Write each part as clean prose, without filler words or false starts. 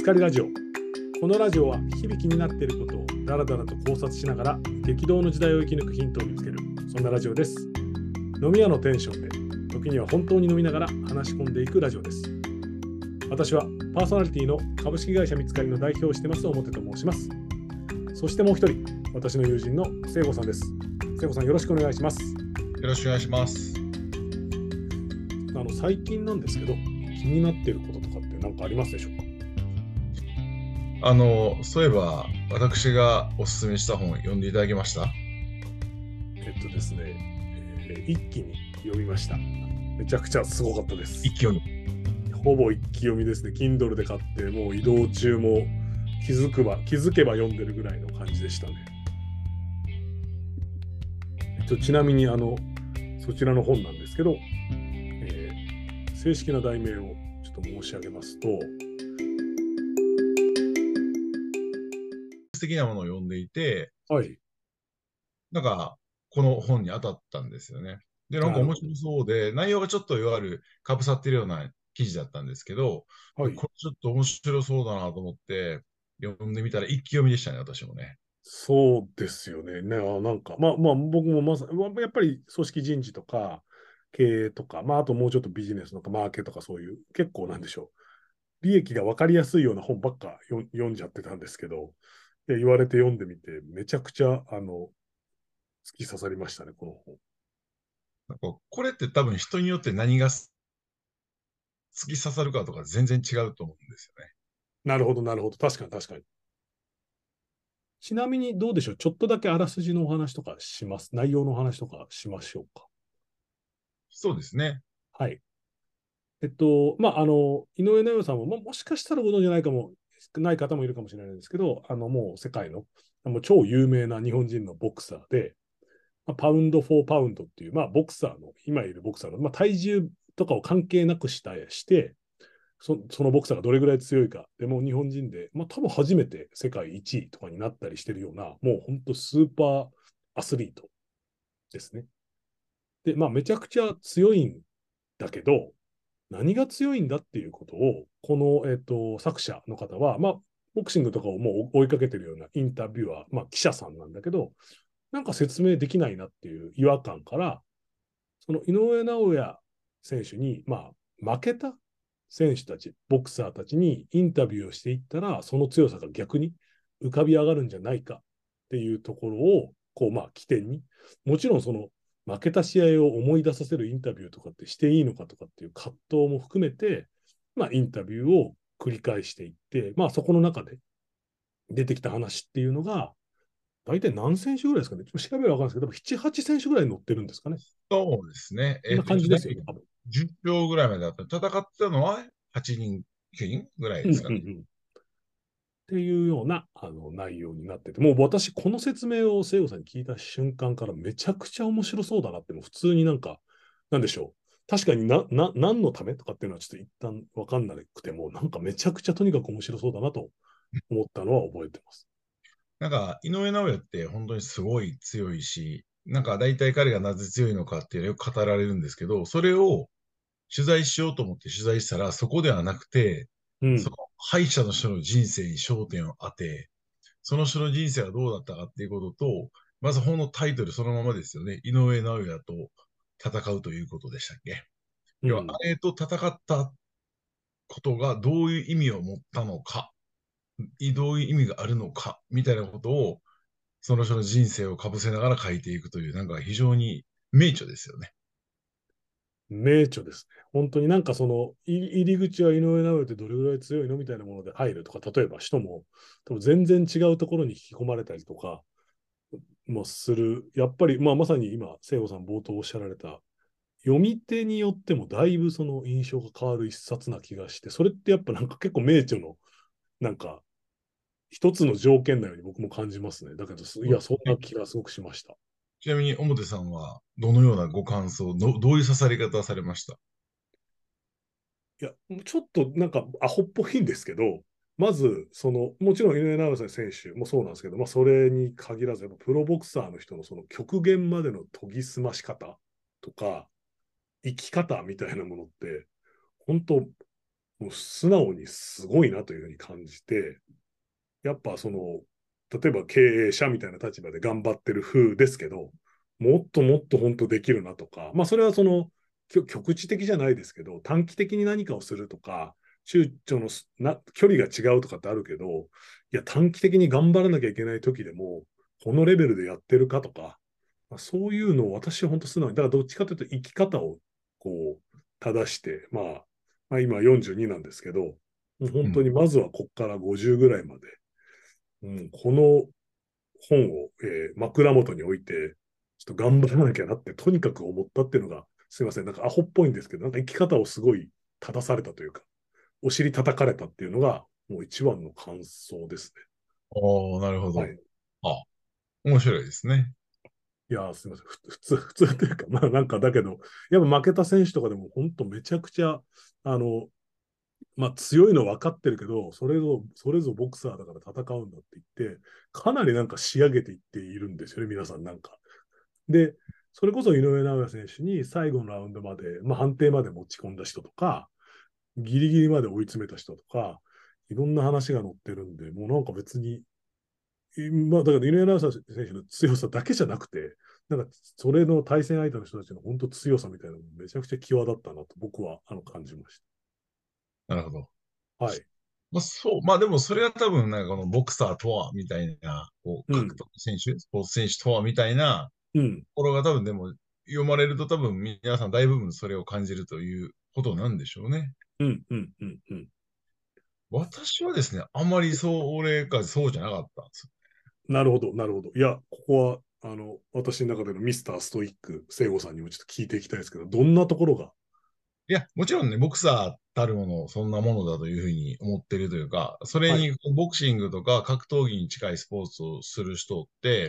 かりラジオ。このラジオは日々気になっていることをだらだらと考察しながら激動の時代を生き抜くヒントを見つける、そんなラジオです。飲み屋のテンションで時には本当に飲みながら話し込んでいくラジオです。私はパーソナリティの株式会社見つかりの代表をしてます表と申します。そしてもう一人、私の友人の聖子さんです。聖子さん、よろしくお願いします。 よろしくお願いします。 最近なんですけど、気になっていることとかって何かありますでしょうか？ そういえば、私がおすすめした本を読んでいただけました？ ですね、一気に読みました。めちゃくちゃすごかったです。 一気読み。 ほぼ一気読みですね。Kindle で買って、もう移動中も気づけば読んでるぐらいの感じでしたね。ちなみにそちらの本なんですけど、正式な題名をちょっと申し上げますと、 素敵なものを読んでいて、 はい、 なんか、この本に当たったんですよね。で、なんかなるほ面白そうで、内容がちょっといわゆるかぶさってるような記事だったんですけど、 ど。はい。 これちょっと面白そうだなと思って、読んでみたら一気読みでしたね、私もね。 そうですよね。なんか、僕もやっぱり組織人事とか、経営とか、あともうちょっとビジネスとか、マーケとかそういう、結構なんでしょう。利益が分かりやすいような本ばっか読んじゃってたんですけど、言われて読んでみて、めちゃくちゃ、突き刺さりましたね、この本。 なんかこれって多分人によって何が突き刺さるかとか全然違うと思うんですよね。 なるほど、なるほど。確かに、確かに。ちなみにどうでしょう。ちょっとだけあらすじのお話とかします。内容のお話とかしましょうか。 そうですね。 はい。井上尚弥さんも、もしかしたらご存じない方もいるかもしれないんですけど、もう世界の、もう超有名な日本人のボクサーで、パウンド・フォー・パウンドっていう、ボクサーの、今いるボクサーの、体重とかを関係なくして、そのボクサーがどれぐらい強いか、でも日本人で、多分初めて世界一位とかになったりしてるような、もう本当スーパーアスリートですね。で、めちゃくちゃ強いんだけど、何が強いんだっていうことを、この、作者の方は、ボクシングとかをもう追いかけてるようなインタビュアー、記者さんなんだけど、なんか説明できないなっていう違和感から、その井上尚弥選手に、負けた選手たち、ボクサーたちにインタビューをしていったら、その強さが逆に浮かび上がるんじゃないかっていうところを、起点に、もちろんその負けた試合を思い出させるインタビューとかってしていいのかとかっていう葛藤も含めて、インタビューを繰り返していって、そこの中で出てきた話っていうのが、大体何選手ぐらいですかね。ちょっと調べは分かるんですけど、7、8選手ぐらい乗ってるんですかね。 そうですね。 こんな感じですよね、多分。 10勝ぐらいまでだった。戦ってたのは8人、9人ぐらいうんですかね。 うんうん。っていうような内容になってて、もう私、この説明を聖子さんに聞いた瞬間からめちゃくちゃ面白そうだなって、もう普通になんか、なんでしょう。確かに何のためとかっていうのはちょっと一旦分かんなくても、なんかめちゃくちゃとにかく面白そうだなと思ったのは覚えてます。 なんか、井上尚弥って本当にすごい強いし、なんか大体彼がなぜ強いのかっていうのをよく語られるんですけど、それを取材しようと思って取材したら、そこではなくて、 うん。 その敗者の人の人生に焦点を当て、その人の人生はどうだったかっていうことと、まず本のタイトルそのままですよね。井上尚弥と戦うということでしたっけ？要は、 うん。 あれと戦ったことがどういう意味を持ったのか、どういう意味があるのか、みたいなことを、その人の人生をかぶせながら書いていくという、なんか非常に名著ですよね。 名著ですね。本当になんかその入り口は井上尚弥ってどれぐらい強いのみたいなもので入るとか、例えば人も多分全然違うところに引き込まれたりとかもする。やっぱり、まさに今、聖子さん冒頭おっしゃられた、読み手によってもだいぶその印象が変わる一冊な気がして、それってやっぱなんか結構名著のなんか一つの条件のように僕も感じますね。だけど、いや、そんな気がすごくしました。 ちなみに、表さんは、どのようなご感想、どういう刺さり方をされました？ いや、ちょっとなんかアホっぽいんですけど、まず、もちろん井上尚弥選手もそうなんですけど、それに限らず、やっぱプロボクサーの人のその極限までの研ぎ澄まし方とか、生き方みたいなものって、本当もう素直にすごいなというふうに感じて、やっぱ例えば経営者みたいな立場で頑張ってる風ですけど、もっともっと本当できるなとか、まあそれは局地的じゃないですけど、短期的に何かをするとか、躊躇の距離が違うとかってあるけど、いや、短期的に頑張らなきゃいけない時でも、このレベルでやってるかとか、まあ、そういうのを私は本当素直に、だからどっちかというと生き方をこ正して、まあ今42なんですけど、もううん。 本当にまずはここから50ぐらいまで、この本を、枕元に置いて、ちょっと頑張らなきゃなってとにかく思ったっていうのが、すいません、なんかアホっぽいんですけど、なんか生き方をすごい正されたというか、お尻叩かれたっていうのが、もう一番の感想ですね。 おー、なるほど。 はい。 あ、面白いですね。 いやー、すみません。普通というか、まあなんかだけど、やっぱ負けた選手とかでも本当めちゃくちゃ、あの、まあ強いの分かってるけど、それぞボクサーだから戦うんだって言って、かなりなんか仕上げていっているんですよね、皆さんなんか。で、それこそ井上尚弥選手に最後のラウンドまで、まあ判定まで持ち込んだ人とか、ギリギリまで追い詰めた人とか、いろんな話が載ってるんで、もうなんか別に、まあだから井上尚弥選手の強さだけじゃなくて、なんかそれの対戦相手の人たちの本当強さみたいなのもめちゃくちゃ際立ったなと僕は感じましなるほど。 た。はい。 まあ、そう。まあでもそれは多分、なんかこのボクサーとは、みたいな、こう、格うん。 闘選手、スポーツ選手とは、みたいなうん。 ところが多分でも、読まれると多分皆さん大部分それを感じるということなんでしょうね。 うん。うん。うん。うん。 私はですね、あまりそれかそうじゃなかったんですよ。 なるほど、なるほど。いや、ここは、私の中でのミスターストイック、聖子さんにもちょっと聞いていきたいですけど、どんなところが？ いや、もちろんね、ボクサーたるもの、そんなものだというふうに思ってるというか、それはい。 にボクシングとか格闘技に近いスポーツをする人って、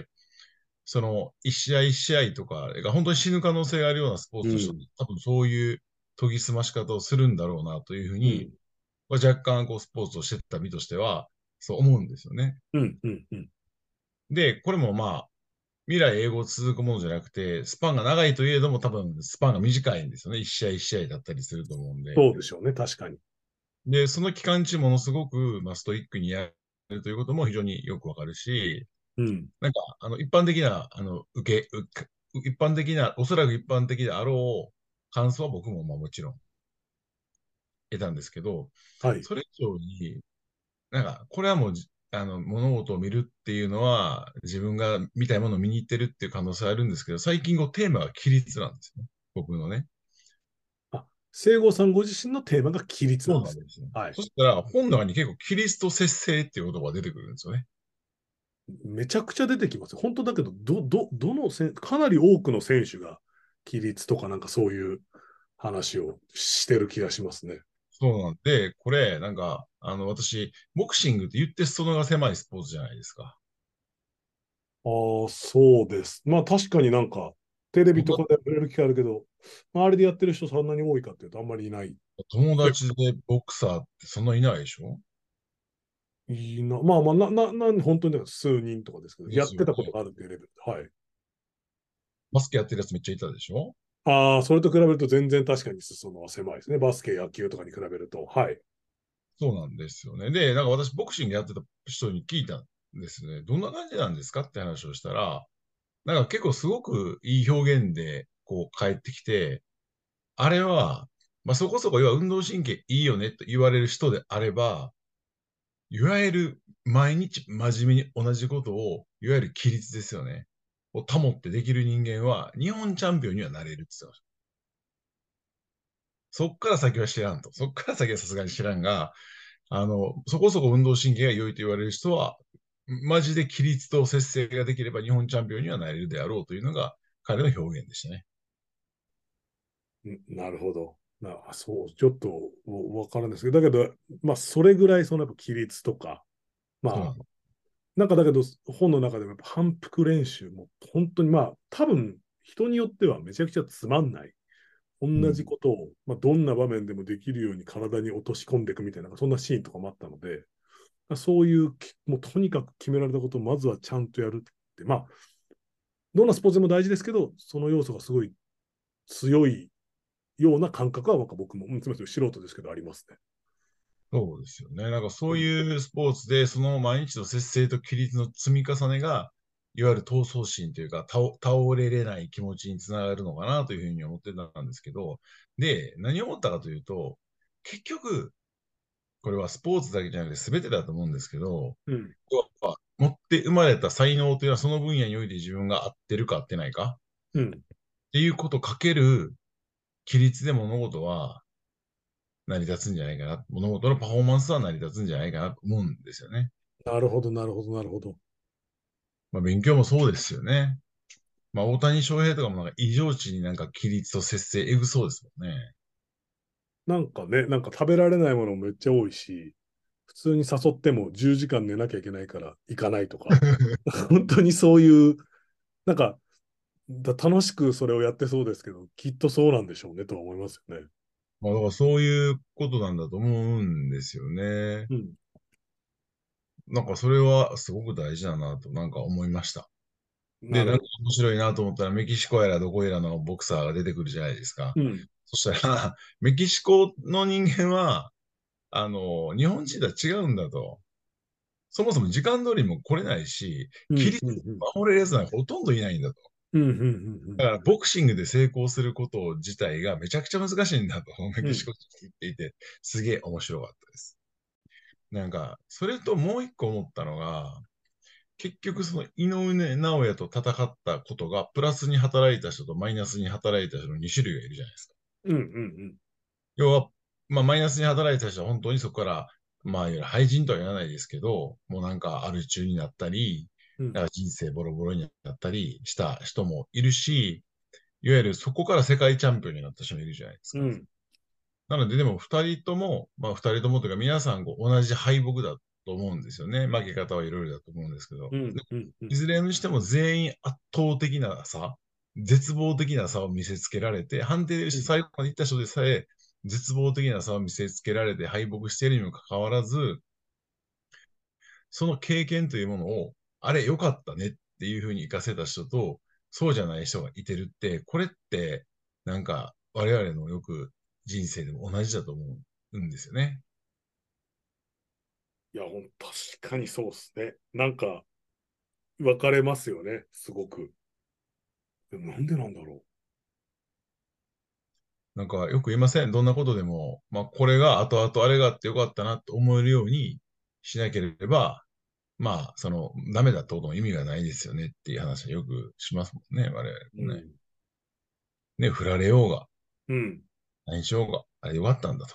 その一試合一試合とかが本当に死ぬ可能性があるようなスポーツとして、 うん。 多分そういう研ぎ澄まし方をするんだろうなというふうに、 うん。 まあ若干こうスポーツをしてた身としては、そう思うんですよね。 うん。うん。うん。 で、これもまあ、未来永劫続くものじゃなくて、スパンが長いといえども多分スパンが短いんですよね。一試合一試合だったりすると思うんで。 そうでしょうね、確かに。 で、その期間中ものすごく、まあ、ストイックにやるということも非常によくわかるし、 うん。 なんか、一般的な、一般的な、おそらく一般的であろう感想は僕もまあもちろん得たんですけど、 はい。 それ以上に、なんか、これはもう物事を見るっていうのは、自分が見たいものを見に行ってるっていう可能性あるんですけど、最近こうテーマは規律なんですね。僕のね。 聖子さんご自身のテーマが規律なんですね。 そうなんですよ。 はい。 そしたら、本の中に結構キリスト節制っていう言葉が出てくるんですよね。 めちゃくちゃ出てきます。本当だけど、かなり多くの選手が規律とかなんかそういう話をしてる気がしますね。 そうなんで、これ、なんか、私、ボクシングって言って裾野が狭いスポーツじゃないですか。 ああ、そうです。まあ確かになんか、テレビ僕はとかでやれる機会あるけど、周りでやってる人そんなに多いかっていうとあんまりいない。 友達でボクサーってそんないないでしょいいな。まあまあ、本当に数人とかですけど、 ですよね。 やってたことがあるっていうレベルで。はい。 バスケやってるやつめっちゃいたでしょああ、それと比べると全然確かに裾野は狭いですね。バスケ、野球とかに比べると。はい。 そうなんですよね。で、なんか私、ボクシングやってた人に聞いたんですね。どんな感じなんですかって話をしたら、なんか結構すごくいい表現で、こう、返ってきて、あれは、まあそこそこ、要は運動神経いいよねと言われる人であれば、いわゆる毎日真面目に同じことを、いわゆる規律ですよね。を保ってできる人間は、日本チャンピオンにはなれるって言ってました。そっから先は知らんと。そっから先はさすがに知らんが、そこそこ運動神経が良いと言われる人は、マジで規律と節制ができれば日本チャンピオンにはなれるであろうというのが彼の表現でしたね。 なるほど。そう、ちょっとわからないですけど、だけど、まあ、それぐらい、やっぱ規律とか、まあ、 そうなの。 なんかだけど、本の中でもやっぱ反復練習も、本当にまあ、多分、人によってはめちゃくちゃつまんない。同うん。 じことを、まあ、どんな場面でもできるように体に落とし込んでいくみたいな、そんなシーンとかもあったので、そういうもうとにかく決められたことをまずはちゃんとやるって、まあ、どんなスポーツでも大事ですけど、その要素がすごい強いような感覚は、なんか僕も、すみません、素人ですけど、ありますね。 そうですよね。なんかそういうスポーツで、その毎日の節制と規律の積み重ねが、いわゆる闘争心というか、倒れれない気持ちにつながるのかなというふうに思ってたんですけど、で、何を思ったかというと、結局、これはスポーツだけじゃなくて全てだと思うんですけど、 うん。 要は持って生まれた才能というのはその分野において自分が合ってるか合ってないかうん。 っていうことかける規律で物事は成り立つんじゃないかな。物事のパフォーマンスは成り立つんじゃないかなと思うんですよね。 なるほど、なるほど、なるほど。 まあ、勉強もそうですよね。まあ、大谷翔平とかもなんか異常値になんか規律と節制エグそうですもんね。 なんかね、なんか食べられないものもめっちゃ多いし、普通に誘っても10時間寝なきゃいけないから行かないとか、本当にそういう、なんか楽しくそれをやってそうですけど、きっとそうなんでしょうねとは思いますよね。 まあ、だからそういうことなんだと思うんですよね。 うん。 なんかそれはすごく大事だなとなんか思いました。で、なんかなるほど。 面白いなと思ったらメキシコやらどこやらのボクサーが出てくるじゃないですか。 うん。 そしたら、メキシコの人間は、日本人とは違うんだと。そもそも時間通りも来れないし、 うん。 規律うん。うん。 守れるやつなんかほとんどいないんだと。 うん。うん。うん。 だからボクシングで成功すること自体がめちゃくちゃ難しいんだと、メうん。 キシコ人言っていて、すげえ面白かったです。なんか、それともう一個思ったのが、結局その井上尚弥と戦ったことが、プラスに働いた人とマイナスに働いた人の2種類がいるじゃないですか。 うん。うん。 要は、まあ、マイナスに働いた人は本当にそこから、まあ、いわゆる廃人とは言わないですけど、もうなんかアル中になったり、 うん。 なんか人生ボロボロになったりした人もいるし、いわゆるそこから世界チャンピオンになった人もいるじゃないですか。 うん。 なので、でも二人とも、まあ二人ともというか皆さん同じ敗北だと思うんですよね。負け方はいろいろだと思うんですけど。 うん。うん。うん。 いずれにしても全員圧倒的な差、絶望的な差を見せつけられて、判定でうん。 最後まで行った人でさえ、絶望的な差を見せつけられて敗北しているにもかかわらず、その経験というものを、あれ良かったねっていうふうに活かせた人と、そうじゃない人がいてるって、これって、なんか我々のよく人生でも同じだと思うんですよね。 いや、確かにそうですね。なんか、分かれますよね、すごく。でもなんでなんだろなんかよく言いません。どんなことでも、まあこれが後々あれがあってよかったなと思えるようにしなければ、まあダメだってことの意味がないですよねっていう話はよくしますもんね。我々 う。うもね。 ん。 ね、振られようが、 うん。 何しようが、あれでよかったんだと。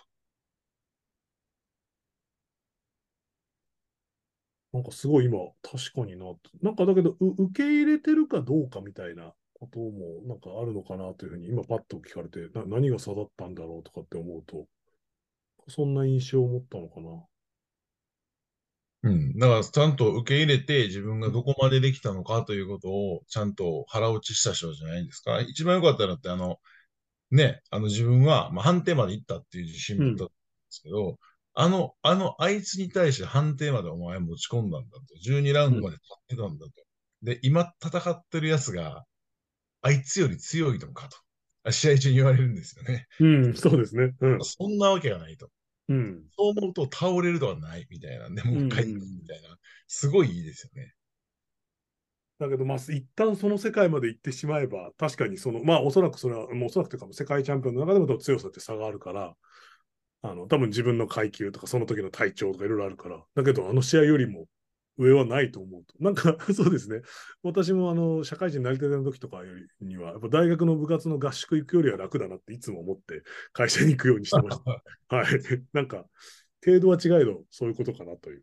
なんかすごい今、確かにな。なんかだけど、受け入れてるかどうかみたいなこともなんかあるのかなというふうに、今パッと聞かれて、何が差だったんだろうとかって思うと、そんな印象を持ったのかな。 うん。だからちゃんと受け入れて自分うん。 がどこまでできたのかということをちゃんと腹落ちした人じゃないですか。一番良かったのってね、自分は、まあ、判定まで行ったっていう自信うん。 持ったんですけど、あいつに対して判定までお前持ち込んだんだと。12ラウうん。 ンドまで立ってたんだと。で、今戦ってる奴が、あいつより強いのかと。試合中に言われるんですよね。 うんそうですね。うん。 そんなわけがないと。 うん。 そう思うと倒れるとはないみたいなんで、もうん。うう一回みん。 たいな。すごいいいですよね。 だけど、まあ、一旦その世界まで行ってしまえば、確かにまあ、おそらくそれは、もうおそらくというか、世界チャンピオンの中でも強さって差があるから、多分自分の階級とか、その時の体調とかいろいろあるから、だけど、あの試合よりも上はないと思うと。なんか、そうですね。私も、社会人になりたての時とかよりには、やっぱ大学の部活の合宿行くよりは楽だなっていつも思って、会社に行くようにしてました。はい。なんか、程度は違えど、そういうことかなという。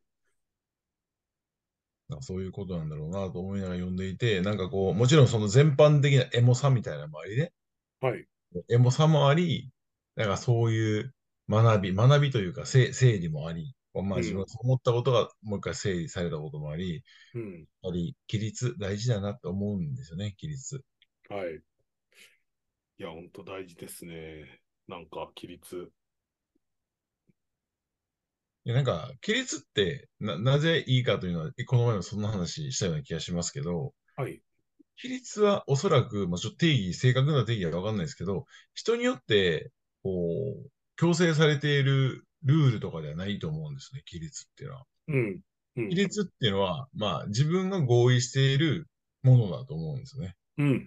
そういうことなんだろうなと思いながら読んでいて、なんかこう、もちろんその全般的なエモさみたいなのもありね、 はい。 エモさもあり、なんかそういう学びというか、整理もあり、まあ自分がうん。 思ったことがもう一回整理されたこともあり、 うん。 やっぱり規律大事だなって思うんですよね、規律。 はい。いや、本当大事ですね。なんか、規律。 なんか、規律ってなぜいいかというのは、この前もそんな話したような気がしますけど、 はい。 規律はおそらく、まあ、ちょっと正確な定義はわかんないですけど、人によって、こう、強制されているルールとかではないと思うんですね、規律っていうのは。 うん。うん。 規律っていうのは、まあ、自分が合意しているものだと思うんですね。 うん。うん。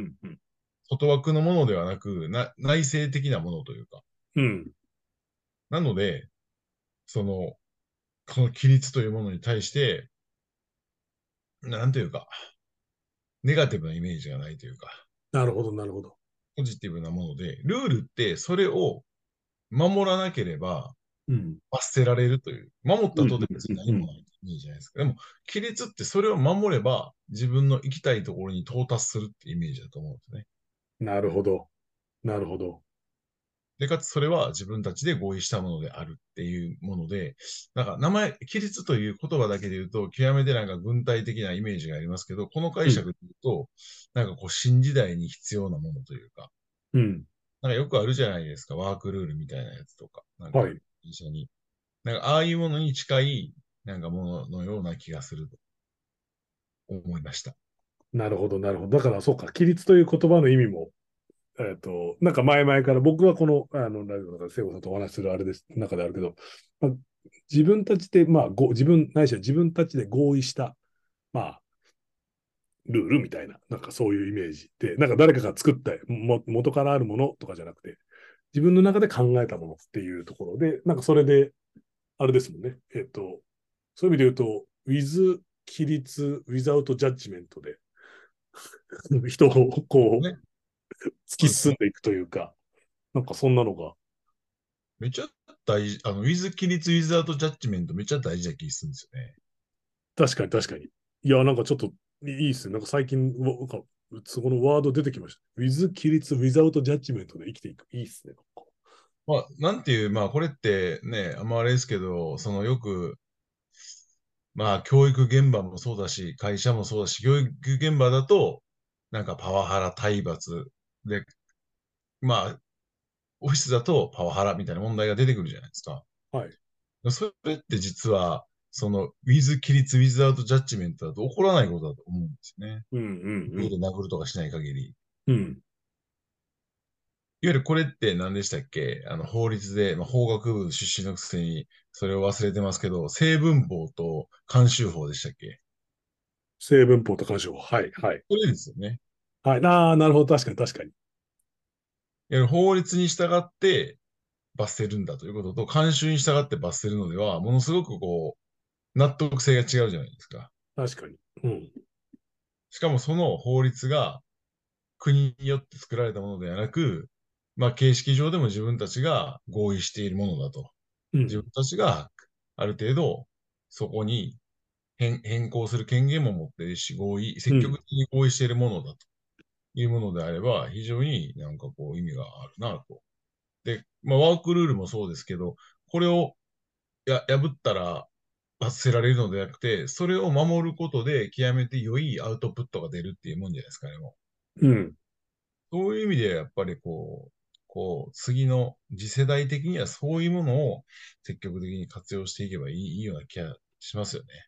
うん。 外枠のものではなく、内省的なものというか。 うん。 なので、その、この規律というものに対して、なんというか、ネガティブなイメージがないというか、 なるほど、なるほど。 ポジティブなもので、ルールってそれを守らなければうん。 罰せられるという、守っうん。 たとて別にうん。うん。 何もないイメージじゃないですか。でも、規律ってそれを守れば自分の行きたいところに到達するってイメージだと思うんですね。 なるほど。なるほど。 で、かつそれは自分たちで合意したものであるっていうもので、なんか名前、規律という言葉だけで言うと、極めてなんか軍隊的なイメージがありますけど、この解うん。 釈で言うと、なんかこう新時代に必要なものというか、 うん。 なんかよくあるじゃないですか、ワークルールみたいなやつとか、なんかはい。 一緒に。なんかああいうものに近い、なんかもののような気がすると思いました。 なるほど、なるほど。だから、そうか、規律という言葉の意味も、なんか前々から僕はこの、ラジオとか聖子さんとお話しするあれです、中であるけど、まあ、自分たちで、まあ、自分、ないしは自分たちで合意した、まあ、ルールみたいな、なんかそういうイメージで、なんか誰かが作った元からあるものとかじゃなくて、自分の中で考えたものっていうところで、なんかそれで、あれですもんね。そういう意味で言うと、with 規律、without judgment で、人をこう、 ね。 突きそうですね。 進んでいくというか、なんかそんなのが、 めっちゃ大事、ウィズ規律、ウィズアウトジャッジメントめっちゃ大事な気がするんですよね。 確かに確かに。いや、なんかちょっといいですね。なんか最近、なんか、そこのワード出てきました。with 規律、without judgment で生きていく。いいですね。なんかまあ、なんていう、まあ、これってね、あんまあれですけど、そのよく、まあ、教育現場もそうだし、会社もそうだし、教育現場だと、なんかパワハラ、体罰で、まあ、オフィスだとパワハラみたいな問題が出てくるじゃないですか。 はい。 それって実は、その、ウィズ規律、ウィズアウトジャッジメントだと起こらないことだと思うんですよね。 うんうん家で殴るとかしない限り。 うん。うん。 いわゆるこれって何でしたっけ法律で、まあ、法学部出身のくせに、それを忘れてますけど、成文法と慣習法でしたっけ？ 成分法と干渉。はい、はい。 これですよね。 はい。ああ、なるほど。確かに確かに。 いわゆる法律に従って罰せるんだということと、慣習に従って罰せるのでは、ものすごくこう、納得性が違うじゃないですか。 確かに。うん。 しかもその法律が国によって作られたものではなく、まあ、形式上でも自分たちが合意しているものだと。 うん。 自分たちがある程度そこに変更する権限も持っているし、積極うん。 的に合意しているものだというものであれば、非常になんかこう意味があるなと。で、まあ、ワークルールもそうですけど、これを破ったら罰せられるのではなくて、それを守ることで極めて良いアウトプットが出るっていうもんじゃないですかね、もう。 うん。 そういう意味でやっぱり次の次世代的にはそういうものを積極的に活用していけばいいような気がしますよね。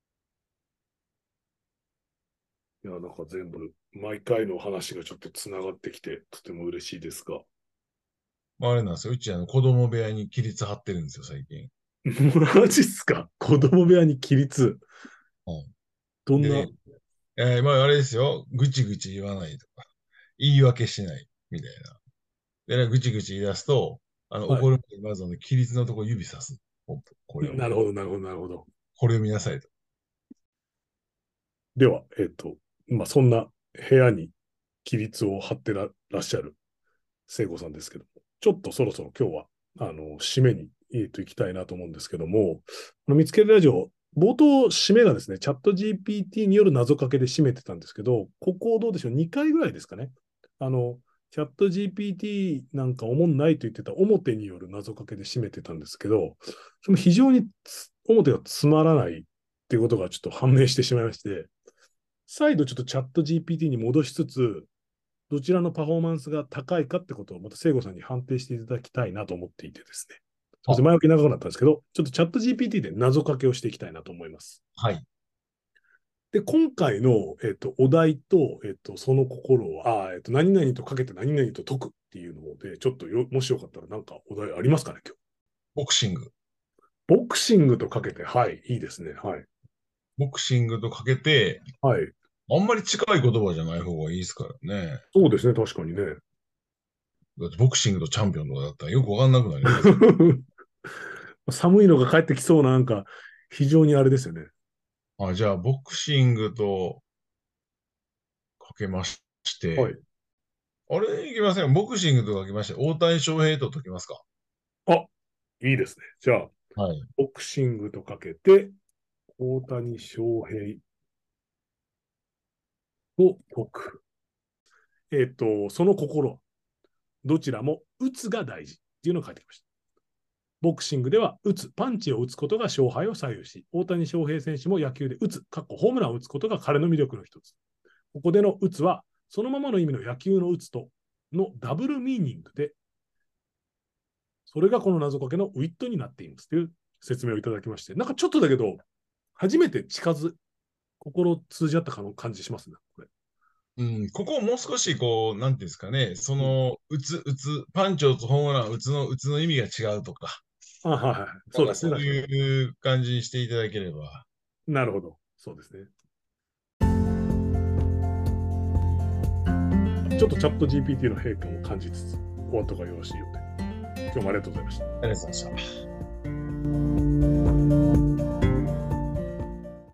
いや、なんか全部、毎回の話がちょっとつながってきて、とても嬉しいですが。 まあ、あれなんですよ。うち子供部屋に規律張ってるんですよ、最近。 マジっすか？子供部屋に規律。 うん。 どんな、 で、まあ、あれですよ。ぐちぐち言わないとか、言い訳しない、みたいな。でね、ぐちぐち言い出すと、 はい。 怒る前にまず規律のとこ指さす。これを。 なるほど、なるほど、なるほど。 これを見なさいと。 では、まあ、そんな部屋に規律を張ってらっしゃる聖子さんですけども、ちょっとそろそろ今日は、締めに、行きたいなと思うんですけども、見つけるラジオ、冒頭締めがですね、チャット GPT による謎かけで締めてたんですけど、ここどうでしょう、2回ぐらいですかね。チャット GPT なんかおもんないと言ってた表による謎かけで締めてたんですけど、その非常に表がつまらないっていうことがちょっと判明してしまいまして、再度ちょっとチャット GPT に戻しつつ、どちらのパフォーマンスが高いかってことをまた聖子さんに判定していただきたいなと思っていてですね。すみません、 あ、 前置き長くなったんですけど、ちょっとチャット GPT で謎かけをしていきたいなと思います。 はい。 で、今回の、お題と、その心を、何々とかけて何々と解くっていうので、ちょっともしよかったらなんかお題ありますかね、今日。 ボクシング。 ボクシングとかけて、はい、いいですね。はい。 ボクシングとかけて、 はい。 あんまり近い言葉じゃない方がいいですからね。 そうですね、確かにね。 だってボクシングとチャンピオンとかだったらよくわかんなくなります。 寒いのが帰ってきそうな、なんか、非常にあれですよね。 あ、じゃあ、ボクシングとかけまして、 はい。 あれいきません。ボクシングとかけまして、大谷翔平と解きますか？ あ、いいですね。じゃあ、 はい。 ボクシングとかけて、大谷翔平を解く。その心は、どちらも打つが大事っていうのを書いてきました。ボクシングではパンチを打つことが勝敗を左右し、大谷翔平選手も野球でホームランを打つことが彼の魅力の一つ。ここでの打つは、そのままの意味の野球の打つとのダブルミーニングで、それがこの謎かけのウィットになっていますという説明をいただきまして、なんかちょっとだけど、初めて心通じ合った感じしますね、これ。 うん、ここをもう少し、こう、なんていうんですかね、 うん、 パンチを打つ、ホームラン、打つの意味が違うとか、 あ、はいはい。そうですね、 なんかそう確かに。 いう感じにしていただければ。 なるほど。そうですね。ちょっとチャット GPT の変化を感じつつ、お後がよろしいようで。今日もありがとうございました。 ありがとうございました。